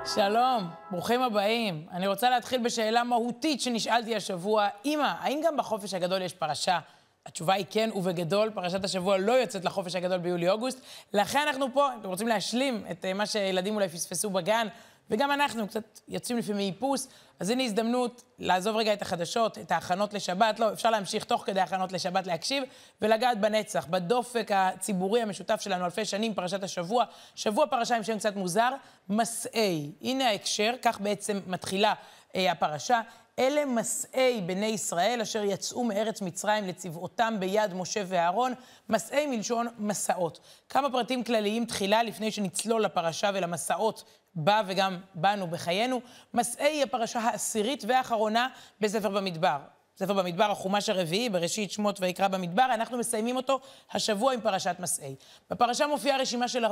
שלום, ברוכים הבאים. אני רוצה להתחיל בשאלה מהותית שנשאלתי השבוע. אמא, האם גם בחופש הגדול יש פרשה? התשובה היא כן, ובגדול, פרשת השבוע לא יוצאת לחופש הגדול ביולי-אוגוסט. לכן אנחנו פה, אם אתם רוצים להשלים את מה שילדים אולי פספסו בגן, וגם אנחנו קצת יוצאים לפי מאיפוס, אז הנה הזדמנות לעזוב רגע את החדשות, את ההכנות לשבת. לא, אפשר להמשיך תוך כדי ההכנות לשבת להקשיב, ולגעת בנצח, בדופק הציבורי המשותף שלנו אלפי שנים, פרשת השבוע. שבוע פרשה עם שם קצת מוזר, מסעי. הנה ההקשר, כך בעצם מתחילה הפרשה. אלה מסעי בני ישראל אשר יצאו מארץ מצרים לצבאותם ביד משה ואהרון, מסעי מלשון מסעות. כמה פרטים כלליים תחילה לפני שנצלול לפרשה ולמסעות בה וגם בנו בחיינו. מסעי הפרשה העשירית והאחרונה בספר במדבר. ספר במדבר, החומש הרביעי, בראשית שמות ויקרא במדבר, אנחנו מסיימים אותו השבוע עם פרשת מסעי. בפרשה מופיעה רשימה של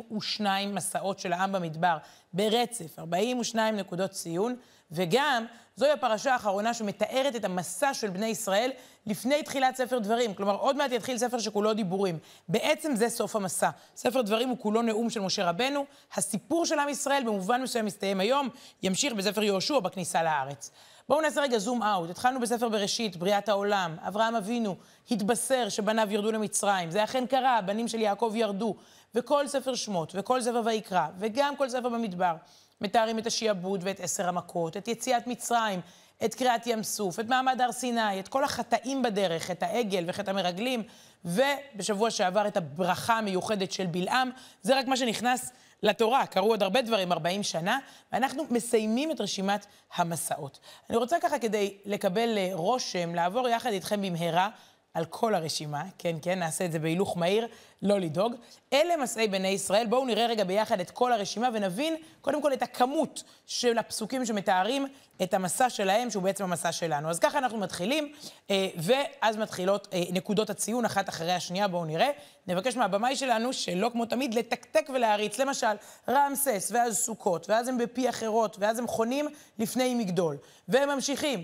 42 מסעות של העם במדבר, ברצף, 42 נקודות ציון, וגם זוהי הפרשה האחרונה שמתארת את המסע של בני ישראל לפני תחילת ספר דברים. כלומר, עוד מעט יתחיל ספר שכולו דיבורים. בעצם זה סוף המסע. ספר דברים הוא כולו נאום של משה רבנו. הסיפור של עם ישראל במובן מסוים מסתיים היום, ימשיך בספר יהושע בכניסה לארץ. בואו נעשה רגע זום אאוט. התחלנו בספר בראשית, בריאת העולם. אברהם אבינו התבשר שבניו ירדו למצרים. זה אכן קרה, הבנים של יעקב ירדו. וכל ספר שמות, וכל ספר ויקרא, וגם כל ספר במדבר, מתארים את השיעבוד ואת 10 המכות, את יציאת מצרים, את קריעת ים סוף, את מעמד הר סיני, את כל החטאים בדרך, את העגל וחטא המרגלים, ובשבוע שעבר את הברכה המיוחדת של בלעם. זה רק מה שנכנס לתורה, קראו עוד הרבה דברים, 40 שנה, ואנחנו מסיימים את רשימת המסעות. אני רוצה ככה כדי לקבל רושם, לעבור יחד איתכם במהרה על כל הרשימה, כן, כן, נעשה את זה בהילוך מהיר, לא לדאוג. אלה מסעי בני ישראל, בואו נראה רגע ביחד את כל הרשימה ונבין קודם כל את הכמות של הפסוקים שמתארים את המסע שלהם, שהוא בעצם המסע שלנו. אז ככה אנחנו מתחילים, ואז מתחילות נקודות הציון אחת אחרי השנייה, בואו נראה. נבקש מהבמאי שלנו, שלא כמו תמיד, לתקתק ולהריץ. למשל, רעמסס, ואז סוכות, ואז הם בפי אחרות, ואז הם חונים לפני מגדול, והם ממשיכים.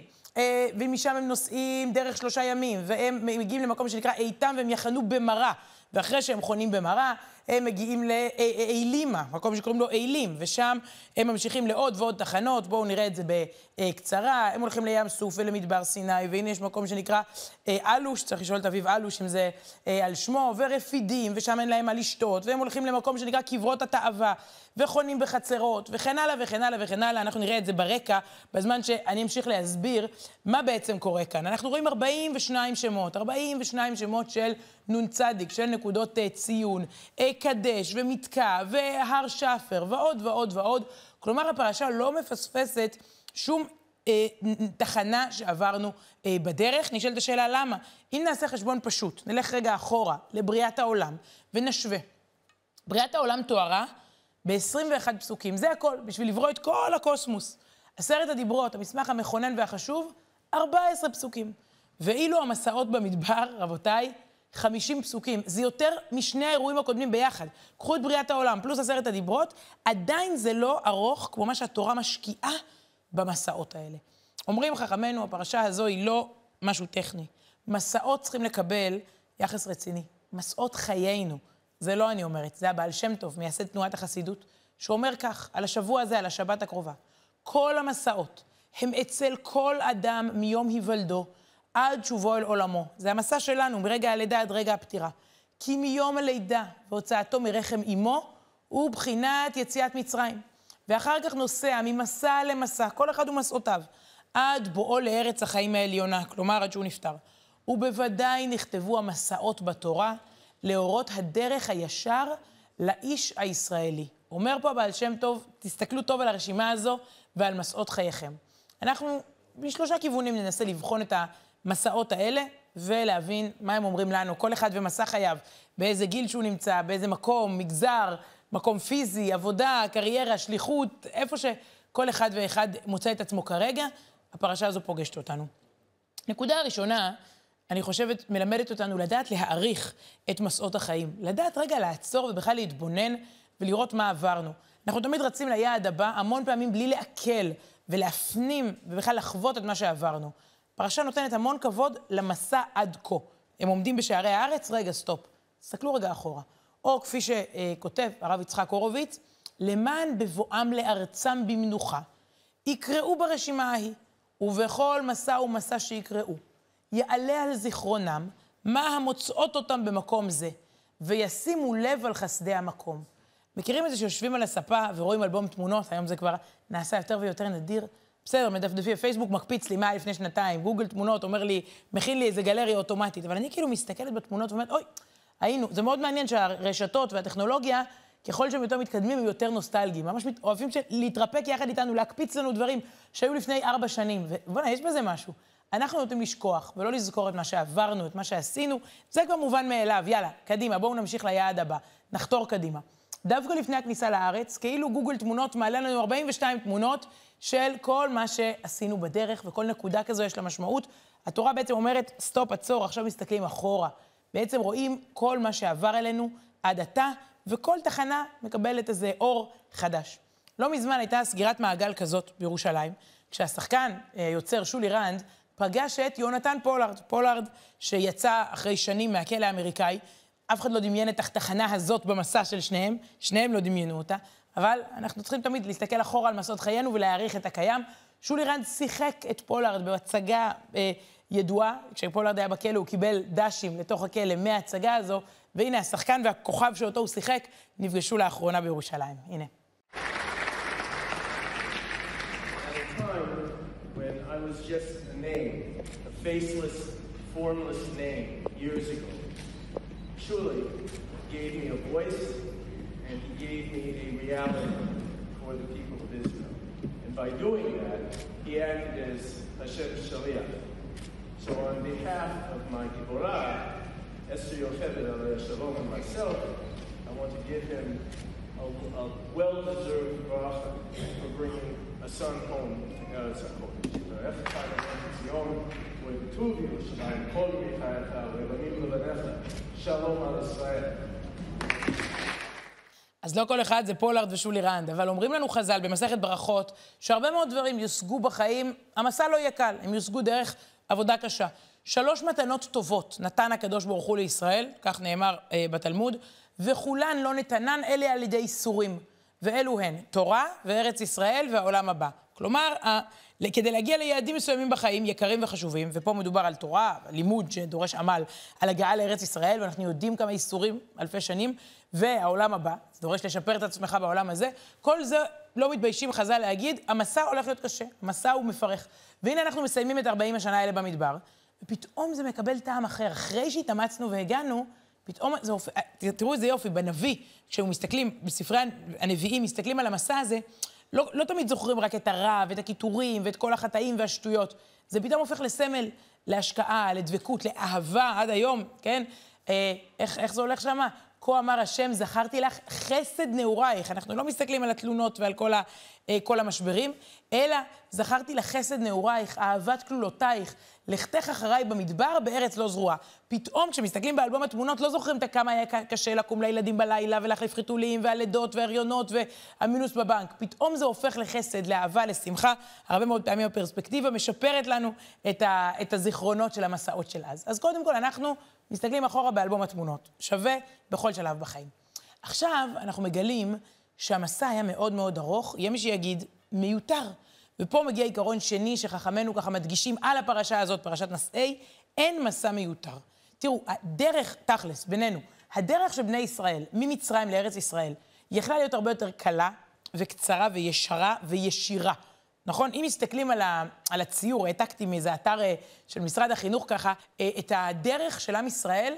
ומשם הם נוסעים דרך 3 ימים, והם מגיעים למקום שנקרא איתם, והם יחנו במרה. ואחרי שהם חונים במרה, הם מגיעים לאילימה, מקום שקוראים לו אילים, ושם הם ממשיכים לעוד ועוד תחנות. בואו נראה את זה בקצרה. הם הולכים לים סוף ולמדבר סיני, והנה יש מקום שנקרא אלוש, צריך לשאול את אביב אלוש אם זה על שמו, ורפידים, ושם אין להם מה לשתות, והם הולכים למקום שנקרא קברות התאווה, וחונים בחצרות, וכן הלאה וכן הלאה וכן הלאה. אנחנו נראה את זה ברקע, בזמן שאני אמשיך להסביר מה בעצם קורה כאן. אנחנו רואים 42 שמות, 42 שמות של נון צדיק, של נקודות ציון, קדש ומתקע והר שפר ועוד ועוד ועוד. כלומר, הפרשה לא מפספסת שום תחנה שעברנו בדרך. נשאלת השאלה למה? אם נעשה חשבון פשוט, נלך רגע אחורה לבריאת העולם ונשווה. בריאת העולם תוארה ב-21 פסוקים, זה הכל, בשביל לברוא את כל הקוסמוס. 10 הדיברות, המסמך המכונן והחשוב, 14 פסוקים. ואילו המסעות במדבר, רבותיי, 50 פסוקים. זה יותר משני האירועים הקודמים ביחד. קחו את בריאת העולם, פלוס 10 הדיברות, עדיין זה לא ארוך כמו מה שהתורה משקיעה במסעות האלה. אומרים חכמינו, הפרשה הזו היא לא משהו טכני. מסעות צריכים לקבל יחס רציני. מסעות חיינו. זה לא אני אומרת, זה הבעל שם טוב, מייסד תנועת החסידות, שאומר כך, על השבוע הזה, על השבת הקרובה. כל המסעות הם אצל כל אדם מיום היוולדו, עד שובו אל עולמו. זה המסע שלנו, מרגע הלידה עד רגע הפטירה. כי מיום הלידה והוצאתו מרחם אמו, הוא בחינת יציאת מצרים. ואחר כך נוסע ממסע למסע, כל אחד ומסעותיו, עד בואו לארץ החיים העליונה, כלומר עד שהוא נפטר. ובוודאי נכתבו המסעות בתורה, לאורות הדרך הישר לאיש הישראלי. אומר פה הבעל שם טוב, תסתכלו טוב על הרשימה הזו ועל מסעות חייכם. אנחנו בשלושה כיוונים ננסה לבחון את המסעות האלה ולהבין מה הם אומרים לנו. כל אחד ומסע חייו, באיזה גיל שהוא נמצא, באיזה מקום, מגזר, מקום פיזי, עבודה, קריירה, שליחות, איפה שכל אחד ואחד מוצא את עצמו כרגע, הפרשה הזו פוגשת אותנו. נקודה הראשונה, אני חושבת, מלמדת אותנו לדעת להעריך את מסעות החיים. לדעת רגע לעצור ובכלל להתבונן ולראות מה עברנו. אנחנו תמיד רצים ליעד הבא, המון פעמים בלי לעכל ולהפנים ובכלל לחוות את מה שעברנו. הפרשה נותנת המון כבוד למסע עד כה. הם עומדים בשערי הארץ, רגע, סטופ. תסתכלו רגע אחורה. או כפי שכותב הרב יצחק הורוביץ, למען בבואם לארצם במנוחה, יקראו ברשימה ההיא, ובכל מסע ומסע שיקראו, יעלה על זיכרונם מה המוצאות אותם במקום זה, וישימו לב על חסדי המקום. מכירים את זה שיושבים על הספה ורואים אלבום תמונות, היום זה כבר נעשה יותר ויותר נדיר, בסדר, מדפדפי, פייסבוק מקפיץ לי מה לפני שנתיים, גוגל תמונות אומר לי, מכין לי איזה גלריה אוטומטית, אבל אני כאילו מסתכלת בתמונות ואומרת, אוי, היינו, זה מאוד מעניין שהרשתות והטכנולוגיה, ככל שהם יותר מתקדמים, הם יותר נוסטלגיים, ממש אוהבים להתרפק יחד איתנו, להקפיץ לנו דברים שהיו לפני 4 שנים, ובוא'נה, יש בזה משהו. אנחנו נוטים לשכוח ולא לזכור את מה שעברנו, את מה שעשינו, זה כבר מובן מאליו, יאללה, קדימה, בואו נמשיך ליעד הבא, נחתור קדימה. דווקא לפני הכניסה לארץ, כאילו גוגל תמונות מעלה לנו 42 תמונות של כל מה שעשינו בדרך, וכל נקודה כזו יש לה משמעות. התורה בעצם אומרת, סטופ, עצור, עכשיו מסתכלים אחורה. בעצם רואים כל מה שעבר אלינו עד עתה, וכל תחנה מקבלת איזה אור חדש. לא מזמן הייתה סגירת מעגל כזאת בירושלים, כשהשחקן, יוצר שולי רנד, פגש את יונתן פולארד. פולארד שיצא אחרי שנים מהכלא האמריקאי, אף אחד לא דמיין את התחנה הזאת במסע של שניהם לא דמיינו אותה, אבל אנחנו צריכים תמיד להסתכל אחורה על מסעות חיינו ולהעריך את הקיים. שולי רנד שיחק את פולארד בהצגה ידועה, כשפולארד היה בכלא הוא קיבל דשים לתוך הכלא מההצגה הזו, והנה השחקן והכוכב שאותו הוא שיחק נפגשו לאחרונה בירושלים. הנה. When I was just a name, a faceless, formless name years ago, Shuli gave me a voice and he gave me a reality for the people of Israel. And by doing that, he acted as Hashem's Shaliach. So on behalf of my Giborah, Esther Yocheved Alei Shalom, and myself, I want to give him a well-deserved bracha for bringing a son home to Eretz HaKodesh. Efchad HaZion, וטוב ירושלים, כל מיכאלך ובנים לבניך, שלום על ישראל. אז לא כל אחד זה פולארד ושולי רנד, אבל אומרים לנו חז"ל במסכת ברכות, שהרבה מאוד דברים יושגו בחיים, המסע לא יהיה קל, הם יושגו דרך עבודה קשה. 3 מתנות טובות נתן הקדוש ברוך הוא לישראל, כך נאמר בתלמוד, וכולן לא נתנן אלה על ידי איסורים, ואלו הן תורה וארץ ישראל והעולם הבא. כלומר, כדי להגיע ליעדים מסוימים בחיים, יקרים וחשובים, ופה מדובר על תורה, לימוד שדורש עמל, על הגעה לארץ ישראל, ואנחנו יודעים כמה איסורים אלפי שנים, והעולם הבא, זה דורש לשפר את עצמך בעולם הזה, כל זה לא מתביישים חז"ל להגיד, המסע הולך להיות קשה, המסע הוא מפרך. והנה אנחנו מסיימים את 40 השנה האלה במדבר, ופתאום זה מקבל טעם אחר. אחרי שהתאמצנו והגענו, פתאום זה הופך, תראו איזה יופי, בנביא, כשהם מסתכלים, בספרי הנביאים, מסתכלים על המסע הזה, לא תמיד זוכרים רק את הרע ואת הכיתורים ואת כל החטאים והשטויות. זה פתאום הופך לסמל, להשקעה, לדבקות, לאהבה עד היום, כן? איך זה הולך שמה? כה אמר השם, זכרתי לך חסד נעורייך. אנחנו לא מסתכלים על התלונות ועל כל המשברים, אלא זכרתי לך חסד נעורייך, אהבת כלולותייך, לכתך אחריי במדבר בארץ לא זרועה. פתאום כשמסתכלים באלבום התמונות לא זוכרים כמה היה קשה לקום לילדים בלילה ולהחליף חיתולים והלידות והריונות והמינוס בבנק. פתאום זה הופך לחסד, לאהבה, לשמחה. הרבה מאוד פעמים הפרספקטיבה משפרת לנו את הזיכרונות של המסעות של אז קודם כל אנחנו מסתכלים אחורה באלבום התמונות. שווה בכל שלב בחיים. עכשיו אנחנו מגלים שהמסע היה מאוד מאוד ארוך, יהיה מי שיגיד מיותר. ופה מגיע עיקרון שני שחכמנו ככה מדגישים על הפרשה הזאת, פרשת נשאי, אין מסע מיותר. תראו, הדרך תכלס בינינו, הדרך של בני ישראל ממצרים לארץ ישראל, יכלה להיות הרבה יותר קלה וקצרה וישרה וישירה. נכון? אם מסתכלים על הציור, העתקתי מאיזה אתר של משרד החינוך ככה, את הדרך של עם ישראל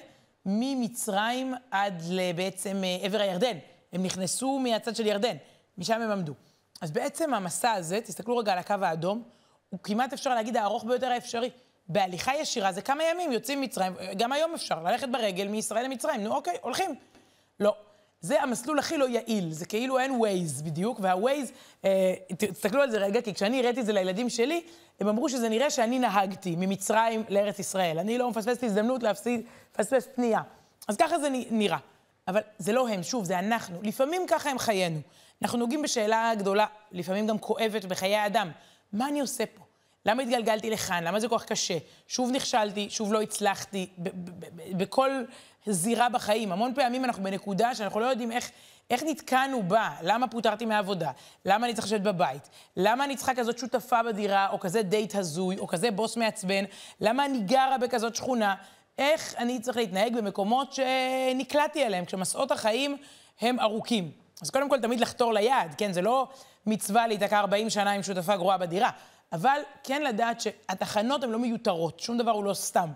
ממצרים עד בעצם עבר הירדן. הם נכנסו מהצד של ירדן, משם הם עמדו. אז בעצם המסע הזה, תסתכלו רגע על הקו האדום, הוא כמעט אפשר להגיד הארוך ביותר האפשרי. בהליכה ישירה זה כמה ימים יוצאים מצרים, גם היום אפשר ללכת ברגל מישראל למצרים. נו אוקיי, הולכים. לא. זה המסלול הכי לא יעיל, זה כאילו אין ווייז בדיוק, והווייז, תסתכלו על זה רגע, כי כשאני הראיתי את זה לילדים שלי, הם אמרו שזה נראה שאני נהגתי ממצרים לארץ ישראל. אני לא מפספסת הזדמנות לפספס פנייה. אז ככה זה נראה. אבל זה לא הם, שוב, זה אנחנו. לפעמים ככה הם חיינו. אנחנו נוגעים בשאלה גדולה, לפעמים גם כואבת בחיי האדם. מה אני עושה פה? למה התגלגלתי לכאן? למה זה כל כך קשה? שוב נכשלתי, שוב לא הצלחתי, בכל זירה בחיים. המון פעמים אנחנו בנקודה שאנחנו לא יודעים איך נתקענו בה? למה פוטרתי מהעבודה? למה אני צריך לשבת בבית? למה אני צריכה כזאת שותפה בדירה, או כזה דייט הזוי, או כזה בוס מעצבן? למה אני גרה בכזאת שכונה? איך אני צריך להתנהג במקומות שנקלעתי אליהם, כשמסעות החיים הם ארוכים? אז קודם כל תמיד לחתור ליעד, כן? זה לא מצווה להתקע 40 שנה עם שותפה גרועה בדירה, אבל כן לדעת שהתחנות הן לא מיותרות, שום דבר הוא לא סתם.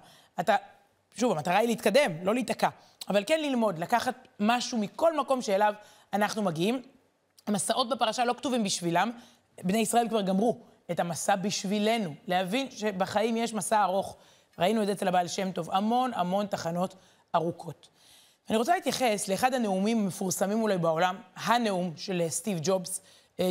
שוב, המטרה היא להתקדם, לא להתקע. אבל כן ללמוד, לקחת משהו מכל מקום שאליו אנחנו מגיעים. המסעות בפרשה לא כתובים בשבילם, בני ישראל כבר גמרו את המסע בשבילנו, להבין שבחיים יש מסע ארוך. ראינו את זה אצל הבעל שם טוב, המון תחנות ארוכות. אני רוצה להתייחס לאחד הנאומים המפורסמים אולי בעולם, הנאום של סטיב ג'ובס,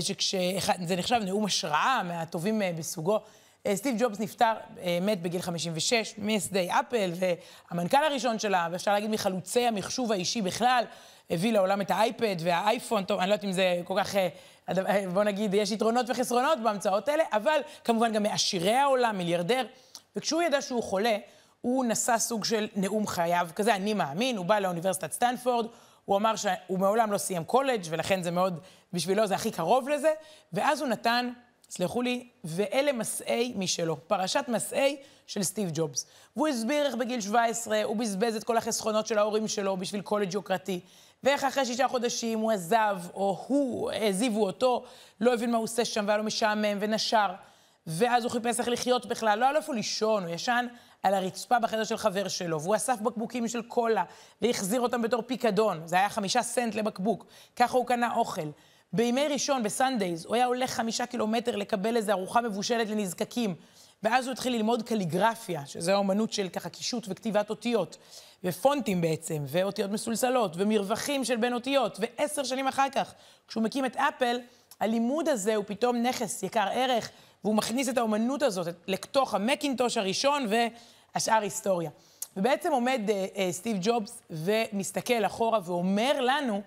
זה נחשב נאום השראה מהטובים בסוגו. סטיב ג'ובס נפטר, מת בגיל 56, מייסדי אפל, והמנכ"ל הראשון שלה, ואפשר להגיד מחלוצי המחשוב האישי בכלל, הביא לעולם את האייפד והאייפון. טוב, אני לא יודעת אם זה כל כך, בוא נגיד, יש יתרונות וחסרונות בהמצאות האלה, אבל כמובן גם מעשירי העולם, מיליארדר. וכשהוא ידע שהוא חולה, הוא נשא סוג של נאום חייו, כזה אני מאמין, הוא בא לאוניברסיטת סטנפורד, הוא אמר שהוא מעולם לא סיים קולג' ולכן זה מאוד, בשבילו זה הכי קרוב לזה, ואז הוא נתן, סלחו לי, ואלה מסעי משלו, פרשת מסעי של סטיב ג'ובס. והוא הסביר איך בגיל 17 הוא בזבז את כל החסכונות של ההורים שלו בשביל קולג' יוקרתי, ואיך אחרי 6 חודשים הוא עזב, או הוא העזיבו אותו, לא הבין מה הוא עושה שם, והיה לו משעמם ונשר, ואז הוא חיפש איך לחיות בכלל, לא היה לו איפה לישון, הוא ישן על הרצפה בחדר של חבר שלו, והוא אסף בקבוקים של קולה, והחזיר אותם בתור פיקדון, זה היה 5 סנט לבקבוק, ככה הוא קנה אוכל. בימי ראשון, בסנדייז, הוא היה הולך 5 קילומטר לקבל איזו ארוחה מבושלת לנזקקים, ואז הוא התחיל ללמוד קליגרפיה, שזו האומנות של ככה קישוט וכתיבת אותיות, ופונטים בעצם, ואותיות מסולסלות, ומרווחים של בין אותיות, ו10 שנים אחר כך, כשהוא מקים את אפל, הלימוד הזה הוא פתאום נכס יקר ערך, והוא מכניס את האומנות הזאת לתוך המקינטוש הראשון והשאר היסטוריה. ובעצם עומד סטיב ג'ובס ומסתכל אחורה ואומר לנו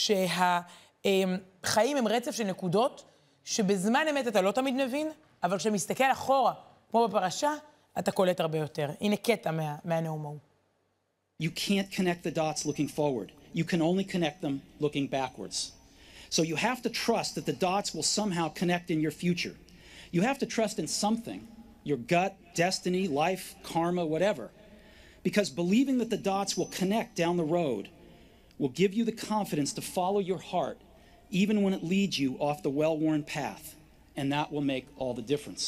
שהחיים הם רצף של נקודות, שבזמן אמת אתה לא תמיד מבין, אבל כשמסתכל אחורה, כמו בפרשה, אתה קולט הרבה יותר. הנה קטע מהנאום ההוא. You can't connect the dots looking forward. You can only connect them looking backwards. So you have to trust that the dots will somehow connect in your future. You have to trust in something, your gut, destiny, life, karma, whatever. Because believing that the dots will connect down the road will give you the confidence to follow your heart, even when it leads you off the well-worn path. And that will make all the difference.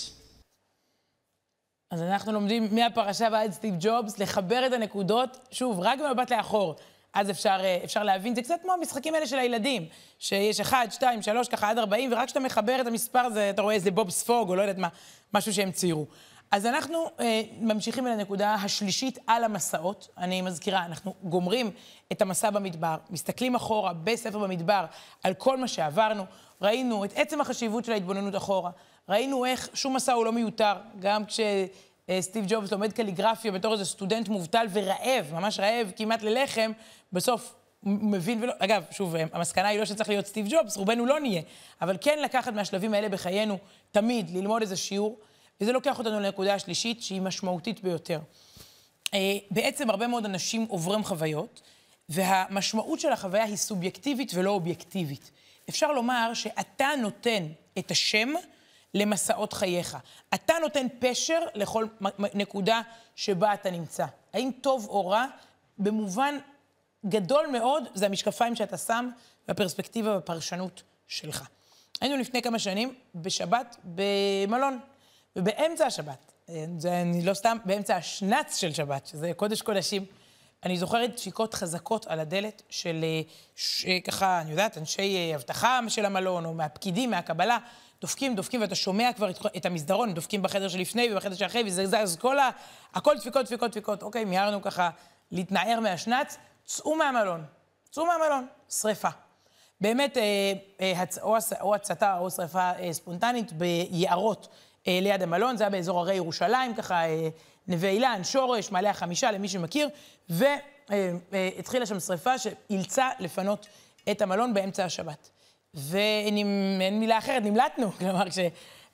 אז אנחנו לומדים מהפרשה ועד סטיב ג'ובס לחבר את הנקודות, שוב, רק במבט לאחור. אז אפשר להבין, זה קצת כמו המשחקים האלה של הילדים, שיש 1, 2, 3, ככה עד 40, ורק כשאתה מחבר את המספר הזה, אתה רואה איזה בוב ספוג, או לא יודעת מה, משהו שהם ציירו. אז אנחנו ממשיכים אל הנקודה השלישית על המסעות. אני מזכירה, אנחנו גומרים את המסע במדבר, מסתכלים אחורה בספר במדבר על כל מה שעברנו, ראינו את עצם החשיבות של ההתבוננות אחורה, ראינו איך שום מסע הוא לא מיותר, גם סטיב ג'ובס לומד קליגרפיה בתור איזה סטודנט מובטל ורעב, ממש רעב כמעט ללחם, בסוף מבין ולא, אגב, שוב, המסקנה היא לא שצריך להיות סטיב ג'ובס, רובנו לא נהיה, אבל כן לקחת מהשלבים האלה בחיינו תמיד ללמוד איזה שיעור, וזה לוקח אותנו לנקודה השלישית שהיא משמעותית ביותר. בעצם הרבה מאוד אנשים עוברים חוויות, והמשמעות של החוויה היא סובייקטיבית ולא אובייקטיבית. אפשר לומר שאתה נותן את השם למסעות חייך. אתה נותן פשר לכל נקודה שבה אתה נמצא. האם טוב או רע? במובן גדול מאוד, זה המשקפיים שאתה שם בפרספקטיבה ובפרשנות שלך. היינו לפני כמה שנים בשבת במלון, ובאמצע השבת, זה אני לא סתם, באמצע השנץ של שבת, שזה קודש קודשים, אני זוכרת שיקות חזקות על הדלת של ככה, אני יודעת, אנשי הבטחה של המלון, או מהפקידים, מהקבלה, דופקים, ואתה שומע כבר את המסדרון, דופקים בחדר שלפני ובחדר שאחרי, וזה אז הכל דפיקות. אוקיי, מיהרנו ככה להתנער מהשנץ, צאו מהמלון, שריפה. באמת, או הצתה או שריפה ספונטנית ביערות ליד המלון, זה היה באזור הרי ירושלים, ככה נווה אילן, שורש, מעלה החמישה, למי שמכיר, והתחילה שם שריפה שאילצה לפנות את המלון באמצע השבת. ואין מילה אחרת, נמלטנו, כלומר,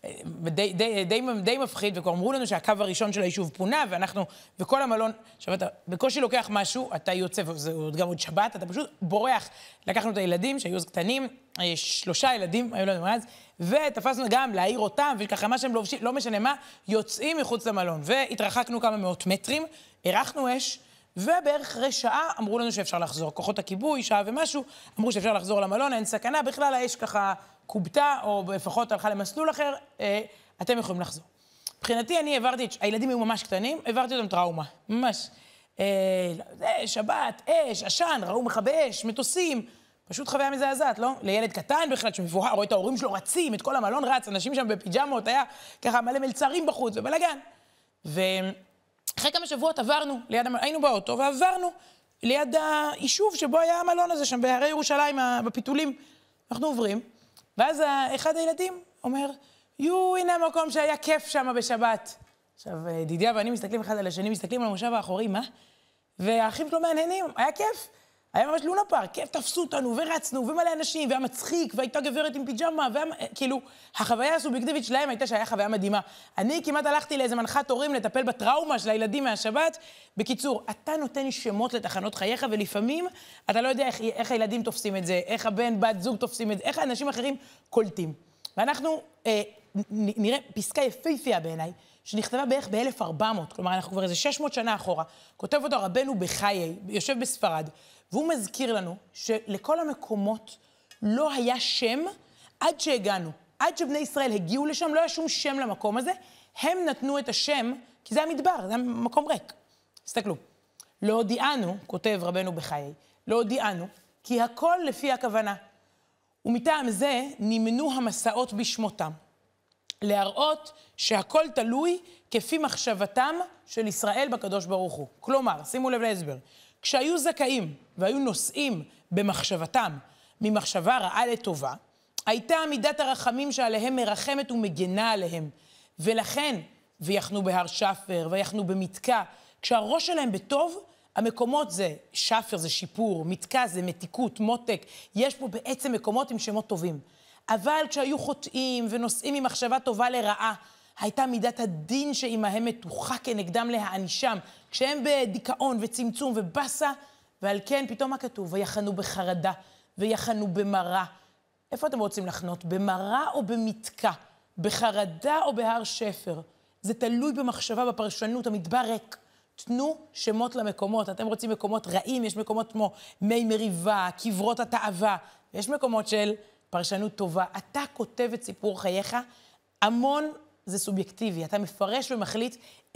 די מפחיד, וכבר אמרו לנו שהקו הראשון של היישוב פונה, וכל המלון, עכשיו אתה בקושי לוקח משהו, אתה יוצא, וזה גם עוד שבת, אתה פשוט בורח. לקחנו את הילדים שהיו קטנים, 3 ילדים, היו לנו אז, ותפסנו גם להעיר אותם, וככה מה שהם לובשים, לא משנה מה, יוצאים מחוץ למלון, והתרחקנו כמה מאות מטרים, ערכנו אש, ובערך אחרי שעה אמרו לנו שאפשר לחזור. כוחות הכיבוי, שעה ומשהו, אמרו שאפשר לחזור למלון, אין סכנה, בכלל האש ככה קובטה, או לפחות הלכה למסלול אחר, אתם יכולים לחזור. מבחינתי אני העברתי, הילדים היו ממש קטנים, העברתי אותם טראומה, ממש. שבת, אש, עשן, ראו מכבי אש, מטוסים, פשוט חוויה מזעזעת, לא? לילד קטן בכלל שמבוהר, רואה את ההורים שלו רצים, את כל המלון רץ, אנשים שם בפיג'מות, היה ככה מלא מלצרים בחוץ ובלגן. אחרי כמה שבועות עברנו, היינו באוטו ועברנו ליד היישוב שבו היה המלון הזה שם בהרי ירושלים, בפיתולים. אנחנו עוברים, ואז אחד הילדים אומר, הנה המקום שהיה כיף שם בשבת. עכשיו, דידיה ואני מסתכלים אחד על השני, מסתכלים על המושב האחורי, מה? והאחים שלו מעניינים, היה כיף. היה ממש לונה פארק, כיף, תפסו אותנו ורצנו, ומלא אנשים, והיה מצחיק, והייתה גברת עם פיג'מה, כאילו, החוויה הסובייקטיבית שלהם הייתה שהיה חוויה מדהימה. אני כמעט הלכתי לאיזה מנחת הורים לטפל בטראומה של הילדים מהשבת. בקיצור, אתה נותן שמות לתחנות חייך, ולפעמים אתה לא יודע איך הילדים תופסים את זה, איך הבן, בת זוג תופסים את זה, איך האנשים אחרים קולטים. ואנחנו נראה פסקה יפהפייה בעיניי, שנכתבה בערך ב-1400, כלומר, אנחנו כבר איזה 600 שנה אחורה, כותב אותו רבנו בחיי, יושב בספרד, והוא מזכיר לנו שלכל המקומות לא היה שם עד שהגענו. עד שבני ישראל הגיעו לשם, לא היה שום שם למקום הזה. הם נתנו את השם, כי זה המדבר, זה מקום ריק. תסתכלו. לא הודיענו, כותב רבנו בחיי, לא הודיענו, כי הכל לפי הכוונה. ומטעם זה נמנו המסעות בשמותם. להראות שהכל תלוי כפי מחשבתם של ישראל בקדוש ברוך הוא. כלומר, שימו לב להסבר. כשהיו זכאים והיו נושאים במחשבתם ממחשבה רעה לטובה, הייתה מידת הרחמים שעליהם מרחמת ומגנה עליהם. ולכן, ויחנו בהר שפר, ויחנו במתקה, כשהראש שלהם בטוב, המקומות זה שפר, זה שיפור, מתקה זה מתיקות, מותק, יש פה בעצם מקומות עם שמות טובים. אבל כשהיו חוטאים ונושאים ממחשבה טובה לרעה, הייתה מידת הדין שעימהם מתוחה כנגדם להענישם, כשהם בדיכאון וצמצום ובסה, ועל כן פתאום מה כתוב? ויחנו בחרדה, ויחנו במרה. איפה אתם רוצים לחנות? במרה או במתקה? בחרדה או בהר שפר? זה תלוי במחשבה, בפרשנות, המדבר ריק. תנו שמות למקומות. אתם רוצים מקומות רעים, יש מקומות כמו מי מריבה, קברות התאווה, יש מקומות של פרשנות טובה. אתה כותב את סיפור חייך, המון זה סובייקטיבי. אתה מפרש ומחליט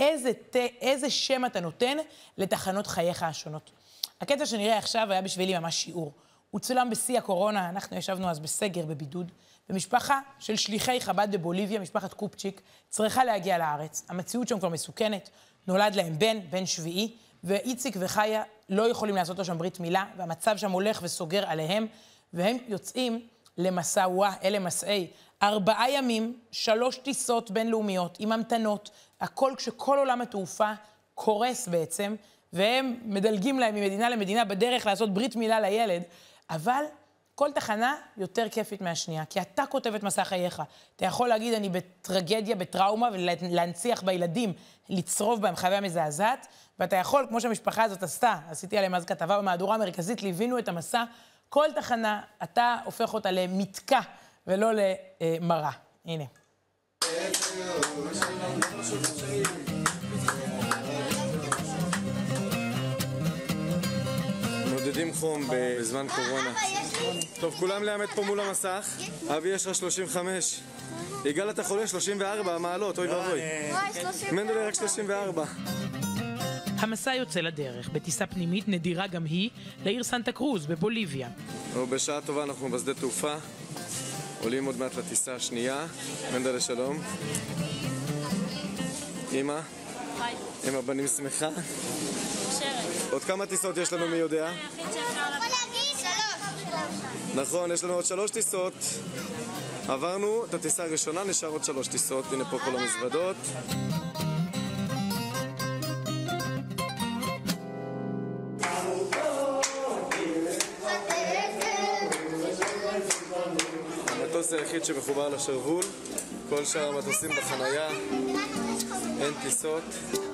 איזה שם אתה נותן לתחנות חייך השונות. הקטע שנראה עכשיו היה בשבילי ממש שיעור. הוא צולם בשיא הקורונה, אנחנו ישבנו אז בסגר, בבידוד, במשפחה של שליחי חב"ד בבוליביה, משפחת קופצ'יק, צריכה להגיע לארץ. המציאות שם כבר מסוכנת, נולד להם בן שביעי, ואיציק וחיה לא יכולים לעשות לו שם ברית מילה, והמצב שם הולך וסוגר עליהם, והם יוצאים למסע, אלה מסעי 4 ימים, 3 טיסות בינלאומיות, עם המתנות, הכל כשכל עולם התעופה קורס בעצם, והם מדלגים להם ממדינה למדינה בדרך לעשות ברית מילה לילד, אבל כל תחנה יותר כיפית מהשנייה, כי אתה כותב את מסע חייך. אתה יכול להגיד, אני בטרגדיה, בטראומה, ולהנציח בילדים, לצרוב בהם חוויה מזעזעת, ואתה יכול, כמו שהמשפחה הזאת עשתה, עשיתי עליהם אז כתבה במהדורה המרכזית, ליווינו את המסע, כל תחנה, אתה הופך אותה למתקה, ולא למרה. הנה. מודדים חום בזמן קורונה. טוב, כולם לעמד פה מול המסך. אבי, יש לך 35. יגאל, אתה חולה 34 מעלות, אוי ואבוי. מנדלי רק 34. המסע יוצא לדרך, בטיסה פנימית נדירה גם היא, לעיר סנטה קרוז בבוליביה. בשעה טובה אנחנו בשדה תעופה. עולים עוד מעט לטיסה השנייה. מנדלי, שלום. אמא? היי. אמא, בנים שמחה? שרת. עוד כמה טיסות יש לנו, מי יודע? היחיד שאפשר להגיד 3. נכון, יש לנו עוד 3 טיסות. עברנו את הטיסה הראשונה, נשאר עוד 3 טיסות. הנה פה כל המזוודות. המטוס היחיד שמחובר לשרוול. כל שאר המטוסים בחנייה, אין טיסות.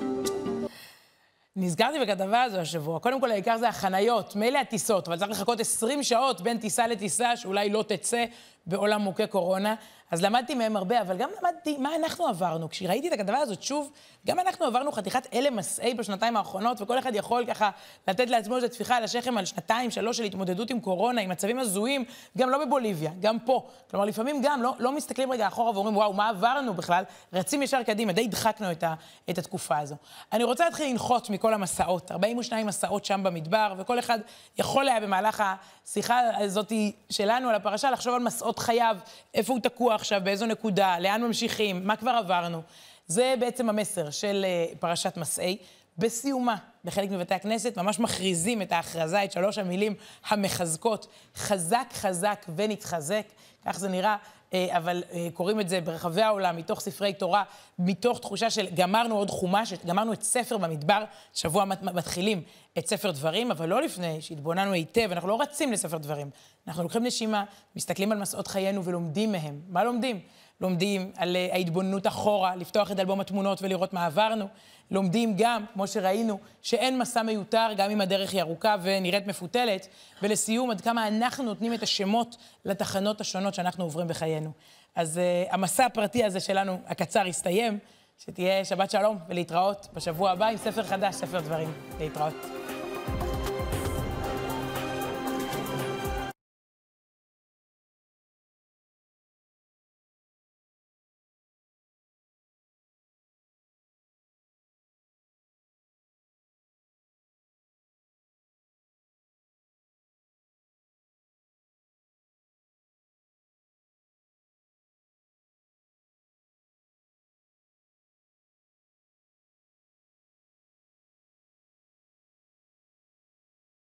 נזכרתי בכתבה הזו השבוע. קודם כל, העיקר זה החניות, מילא הטיסות, אבל צריך לחכות 20 שעות בין טיסה לטיסה, שאולי לא תצא בעולם מוכה קורונה. אז למדתי מהם הרבה, אבל גם למדתי מה אנחנו עברנו. כשראיתי את הכתבה הזאת שוב, גם אנחנו עברנו חתיכת אלה מסעי בשנתיים האחרונות, וכל אחד יכול ככה לתת לעצמו איזו טפיחה על השכם על 2-3 של התמודדות עם קורונה, עם מצבים הזויים, גם לא בבוליביה, גם פה. כלומר, לפעמים גם לא מסתכלים רגע אחורה ואומרים, וואו, מה עברנו בכלל? רצים ישר קדימה, די דחקנו את התקופה הזו. אני רוצה להתחיל לנחות מכל המסעות, 42 מסעות שם במדבר, וכל אחד יכול היה במהלך השיחה הזאת שלנו על הפרשה לחשוב על מסעות חייו, איפה הוא תקוע עכשיו, באיזו נקודה, לאן ממשיכים, מה כבר עברנו. זה בעצם המסר של פרשת מסעי. בסיומה, בחלק מבתי הכנסת, ממש מכריזים את ההכרזה, את 3 המילים המחזקות, חזק, חזק ונתחזק. כך זה נראה, אבל קוראים את זה ברחבי העולם, מתוך ספרי תורה, מתוך תחושה של גמרנו עוד חומש, גמרנו את ספר במדבר, שבוע מתחילים את ספר דברים, אבל לא לפני שהתבוננו היטב, אנחנו לא רצים לספר דברים. אנחנו לוקחים נשימה, מסתכלים על מסעות חיינו ולומדים מהם. מה לומדים? לומדים על ההתבוננות אחורה, לפתוח את אלבום התמונות ולראות מה עברנו. לומדים גם, כמו שראינו, שאין מסע מיותר, גם אם הדרך היא ארוכה ונראית מפותלת. ולסיום, עד כמה אנחנו נותנים את השמות לתחנות השונות שאנחנו עוברים בחיינו. אז המסע הפרטי הזה שלנו, הקצר, הסתיים. שתהיה שבת שלום ולהתראות בשבוע הבא עם ספר חדש, ספר דברים. להתראות.